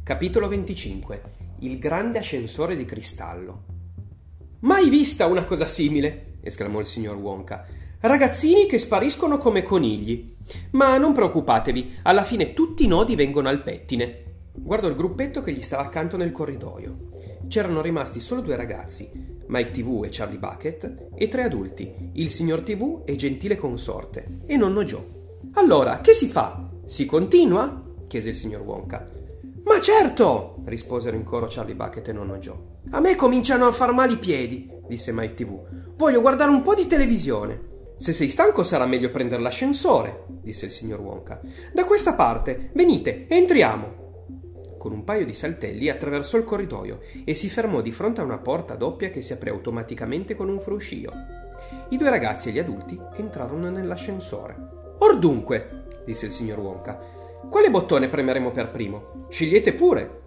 Capitolo 25. Il grande ascensore di cristallo. «Mai vista una cosa simile!» esclamò il signor Wonka. «Ragazzini che spariscono come conigli. Ma non preoccupatevi, alla fine tutti i nodi vengono al pettine». Guardò il gruppetto che gli stava accanto nel corridoio. C'erano rimasti solo 2 ragazzi, Mike TV e Charlie Bucket, e 3 adulti, il signor TV e gentile consorte, e nonno Joe. «Allora, che si fa? Si continua?» chiese il signor Wonka. «Ma certo!» risposero in coro Charlie Bucket e nonno Joe. «A me cominciano a far male i piedi», disse Mike TV. «Voglio guardare un po' di televisione». «Se sei stanco sarà meglio prendere l'ascensore», disse il signor Wonka. «Da questa parte, venite, entriamo». Con un paio di saltelli attraversò il corridoio e si fermò di fronte a una porta doppia che si aprì automaticamente con un fruscio. I 2 ragazzi e gli adulti entrarono nell'ascensore. «Or dunque», disse il signor Wonka, «quale bottone premeremo per primo? Scegliete pure».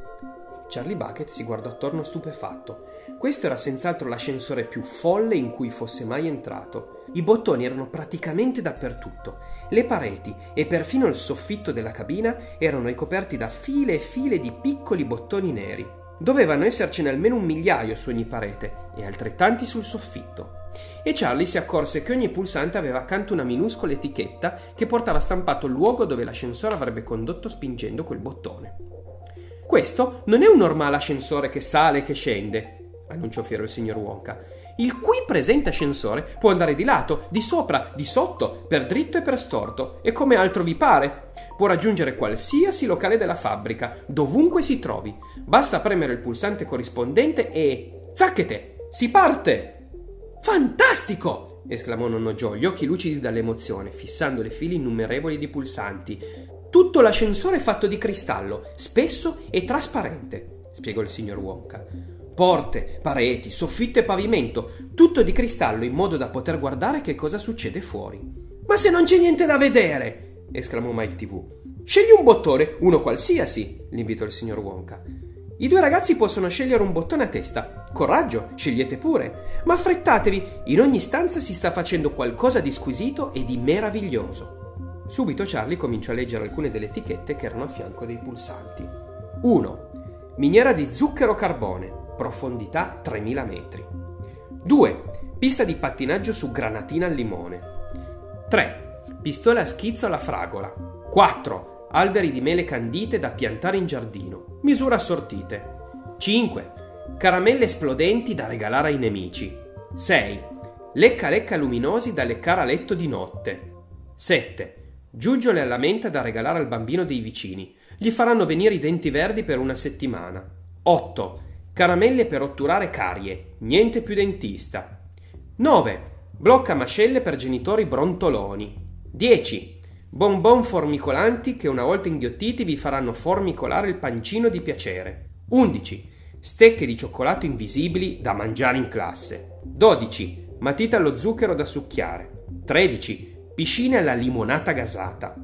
Charlie Bucket si guardò attorno stupefatto. Questo era senz'altro l'ascensore più folle in cui fosse mai entrato. I bottoni erano praticamente dappertutto. Le pareti e perfino il soffitto della cabina erano ricoperti da file e file di piccoli bottoni neri. Dovevano essercene almeno 1 migliaio su ogni parete e altrettanti sul soffitto. E Charlie si accorse che ogni pulsante aveva accanto una minuscola etichetta che portava stampato il luogo dove l'ascensore avrebbe condotto spingendo quel bottone. «Questo non è un normale ascensore che sale e che scende», annunciò fiero il signor Wonka. «Il qui presente ascensore può andare di lato, di sopra, di sotto, per dritto e per storto, e come altro vi pare. Può raggiungere qualsiasi locale della fabbrica, dovunque si trovi. Basta premere il pulsante corrispondente e... zacchete! Si parte!» «Fantastico!» esclamò nonno Joe, gli occhi lucidi dall'emozione, fissando le file innumerevoli di pulsanti. «Tutto l'ascensore è fatto di cristallo, spesso e trasparente», spiegò il signor Wonka. «Porte, pareti, soffitto e pavimento, tutto di cristallo in modo da poter guardare che cosa succede fuori». «Ma se non c'è niente da vedere!» esclamò Mike TV. «Scegli un bottone, uno qualsiasi», l'invitò il signor Wonka. «I 2 ragazzi possono scegliere un bottone a testa. Coraggio, scegliete pure. Ma affrettatevi, in ogni stanza si sta facendo qualcosa di squisito e di meraviglioso». Subito Charlie cominciò a leggere alcune delle etichette che erano a fianco dei pulsanti. 1. Miniera di zucchero carbone, profondità 3000 metri. 2. Pista di pattinaggio su granatina al limone. 3. Pistole a schizzo alla fragola. 4. Alberi di mele candite da piantare in giardino, misure assortite. 5. Caramelle esplodenti da regalare ai nemici. 6. Lecca lecca luminosi da leccare a letto di notte. 7. Giuggiole alla menta da regalare al bambino dei vicini. Gli faranno venire i denti verdi per 1 settimana. 8. Caramelle per otturare carie. Niente più dentista. 9. Blocca mascelle per genitori brontoloni. 10. Bonbon formicolanti che una volta inghiottiti vi faranno formicolare il pancino di piacere. 11. Stecche di cioccolato invisibili da mangiare in classe. 12. Matite allo zucchero da succhiare. 13. Piscine alla limonata gasata.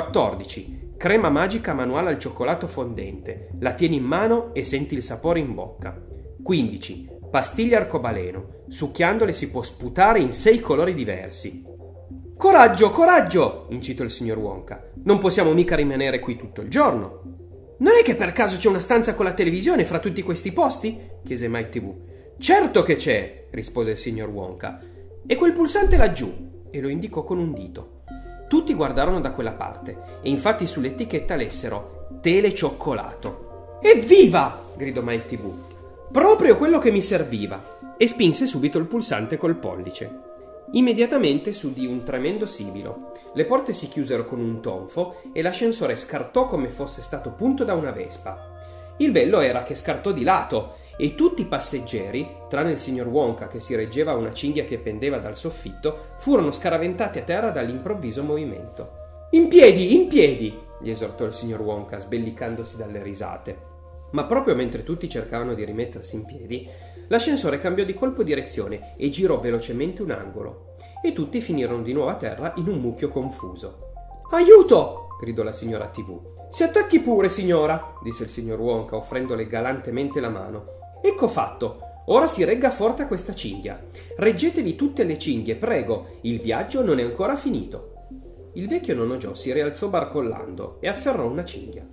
14. Crema magica manuale al cioccolato fondente. La tieni in mano e senti il sapore in bocca. 15. Pastiglie arcobaleno. Succhiandole si può sputare in 6 colori diversi. «Coraggio, coraggio!» incitò il signor Wonka. «Non possiamo mica rimanere qui tutto il giorno». «Non è che per caso c'è una stanza con la televisione fra tutti questi posti?» chiese Mike TV. «Certo che c'è!» rispose il signor Wonka. «E quel pulsante laggiù?» e lo indicò con un dito. Tutti guardarono da quella parte e infatti sull'etichetta lessero telecioccolato. «Evviva!» gridò Mike TV. «Proprio quello che mi serviva!» e spinse subito il pulsante col pollice. Immediatamente s'udì un tremendo sibilo. Le porte si chiusero con un tonfo e l'ascensore scartò come fosse stato punto da una vespa. Il bello era che scartò di lato e tutti i passeggeri, tranne il signor Wonka che si reggeva a una cinghia che pendeva dal soffitto, furono scaraventati a terra dall'improvviso movimento. In piedi, gli esortò il signor Wonka, sbellicandosi dalle risate. Ma proprio mentre tutti cercavano di rimettersi in piedi, l'ascensore cambiò di colpo direzione e girò velocemente un angolo, e tutti finirono di nuovo a terra in un mucchio confuso. «Aiuto!» gridò la signora TV. «Si attacchi pure, signora!» disse il signor Wonka, offrendole galantemente la mano. «Ecco fatto! Ora si regga forte a questa cinghia. Reggetevi tutte le cinghie, prego, il viaggio non è ancora finito». Il vecchio nonno Joe si rialzò barcollando e afferrò una cinghia.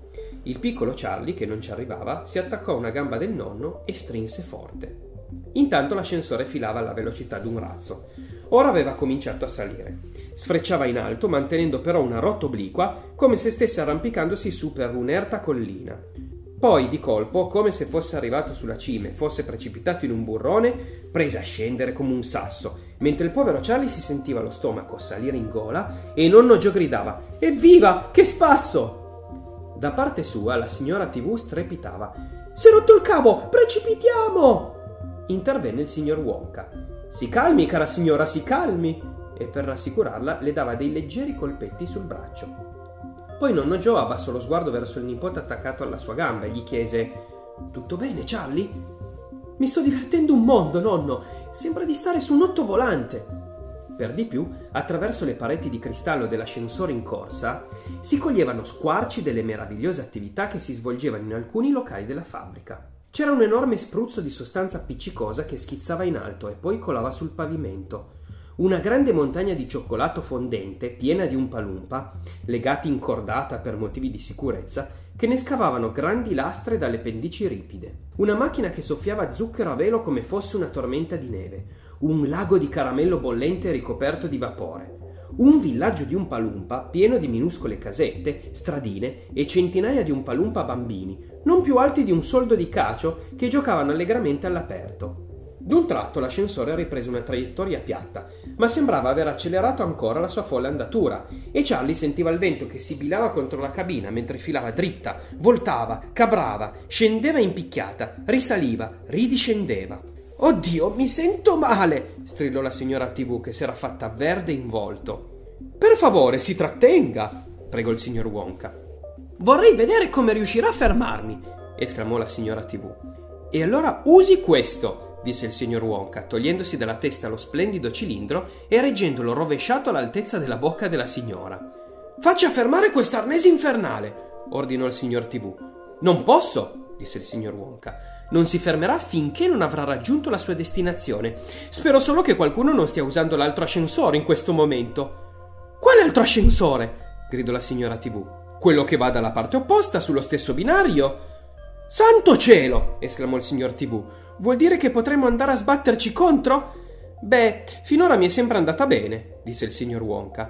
Il piccolo Charlie, che non ci arrivava, si attaccò a una gamba del nonno e strinse forte. Intanto l'ascensore filava alla velocità d'un razzo. Ora aveva cominciato a salire. Sfrecciava in alto, mantenendo però una rotta obliqua, come se stesse arrampicandosi su per un'erta collina. Poi, di colpo, come se fosse arrivato sulla cima e fosse precipitato in un burrone, prese a scendere come un sasso, mentre il povero Charlie si sentiva lo stomaco salire in gola e nonno Joe gridava: «Evviva, che spasso!» Da parte sua la signora TV strepitava: «Si è rotto il cavo, precipitiamo!» Intervenne il signor Wonka. «Si calmi, cara signora, si calmi!» e per rassicurarla le dava dei leggeri colpetti sul braccio. Poi nonno Joe abbassò lo sguardo verso il nipote attaccato alla sua gamba e gli chiese: «Tutto bene, Charlie?» «Mi sto divertendo un mondo, nonno! Sembra di stare su un ottovolante!» Per di più, attraverso le pareti di cristallo dell'ascensore in corsa, si coglievano squarci delle meravigliose attività che si svolgevano in alcuni locali della fabbrica. C'era un enorme spruzzo di sostanza appiccicosa che schizzava in alto e poi colava sul pavimento. Una grande montagna di cioccolato fondente, piena di umpalumpa, legati in cordata per motivi di sicurezza, che ne scavavano grandi lastre dalle pendici ripide. Una macchina che soffiava zucchero a velo come fosse una tormenta di neve. Un lago di caramello bollente ricoperto di vapore. Un villaggio di umpalumpa pieno di minuscole casette, stradine e centinaia di umpalumpa bambini, non più alti di un soldo di cacio, che giocavano allegramente all'aperto. D'un tratto l'ascensore riprese una traiettoria piatta, ma sembrava aver accelerato ancora la sua folle andatura, e Charlie sentiva il vento che sibilava contro la cabina mentre filava dritta, voltava, cabrava, scendeva in picchiata, risaliva, ridiscendeva. «Oddio, mi sento male!» strillò la signora TV, che s'era fatta verde in volto. «Per favore, si trattenga!» pregò il signor Wonka. «Vorrei vedere come riuscirà a fermarmi!» esclamò la signora TV. «E allora usi questo!» disse il signor Wonka, togliendosi dalla testa lo splendido cilindro e reggendolo rovesciato all'altezza della bocca della signora. «Faccia fermare quest'arnese infernale!» ordinò il signor TV. «Non posso!» disse il signor Wonka. «Non si fermerà finché non avrà raggiunto la sua destinazione. Spero solo che qualcuno non stia usando l'altro ascensore in questo momento». «Quale altro ascensore?» gridò la signora TV. «Quello che va dalla parte opposta, sullo stesso binario?» «Santo cielo!» esclamò il signor TV. «Vuol dire che potremmo andare a sbatterci contro?» «Beh, finora mi è sempre andata bene», disse il signor Wonka.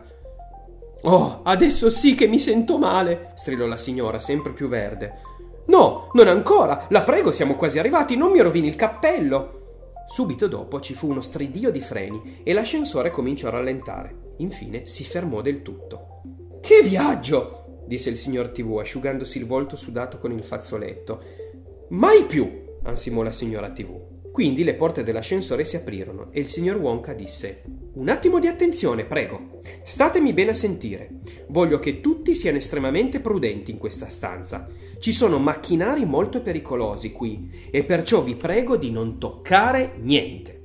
«Oh, adesso sì che mi sento male», strillò la signora, sempre più verde. «No, non ancora, la prego, siamo quasi arrivati, non mi rovini il cappello». Subito dopo ci fu uno stridio di freni e l'ascensore cominciò a rallentare. Infine si fermò del tutto. «Che viaggio!» disse il signor TV, asciugandosi il volto sudato con il fazzoletto. «Mai più!» ansimò la signora TV. Quindi le porte dell'ascensore si aprirono e il signor Wonka disse: «Un attimo di attenzione, prego. Statemi bene a sentire. Voglio che tutti siano estremamente prudenti in questa stanza. Ci sono macchinari molto pericolosi qui e perciò vi prego di non toccare niente».